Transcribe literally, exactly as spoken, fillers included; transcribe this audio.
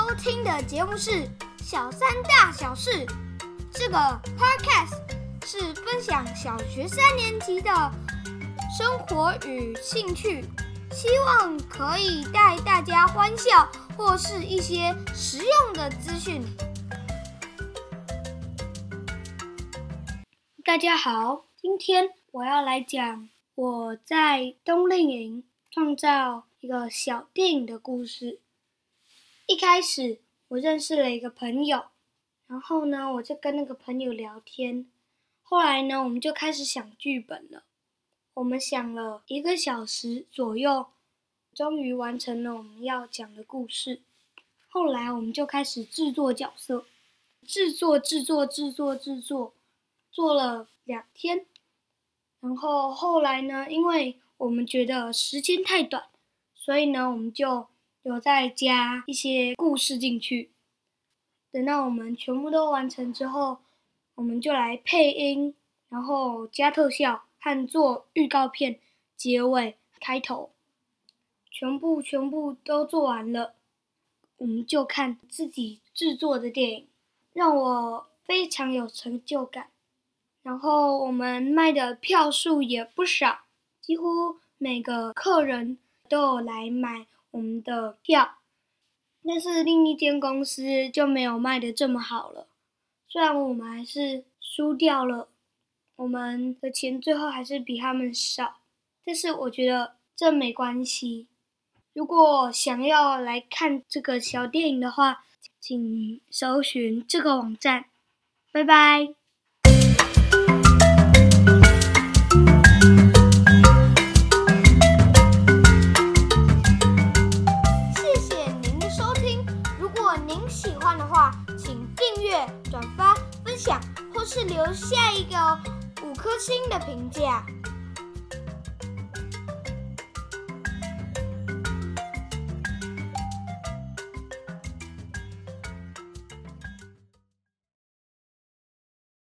听的节目是《小三大小事》，这个 podcast 是分享小学三年级的生活与兴趣，希望可以带大家欢笑或是一些实用的资讯。大家好，今天我要来讲我在冬令营创造一个小电影的故事。一开始我认识了一个朋友，然后呢我就跟那个朋友聊天，后来呢我们就开始想剧本了。我们想了一个小时左右，终于完成了我们要讲的故事。后来我们就开始制作角色，制作制作制作制作做了两天。然后后来呢，因为我们觉得时间太短，所以呢我们就有再加一些故事进去。等到我们全部都完成之后，我们就来配音，然后加特效和做预告片、结尾、开头，全部全部都做完了，我们就看自己制作的电影，让我非常有成就感。然后我们卖的票数也不少，几乎每个客人都有来买我们的票，但是另一间公司就没有卖的这么好了。虽然我们还是输掉了，我们的钱最后还是比他们少，但是我觉得这没关系。如果想要来看这个小电影的话，请搜寻这个网站。拜拜。您喜欢的话，请订阅、转发、分享，或是留下一个五颗星的评价。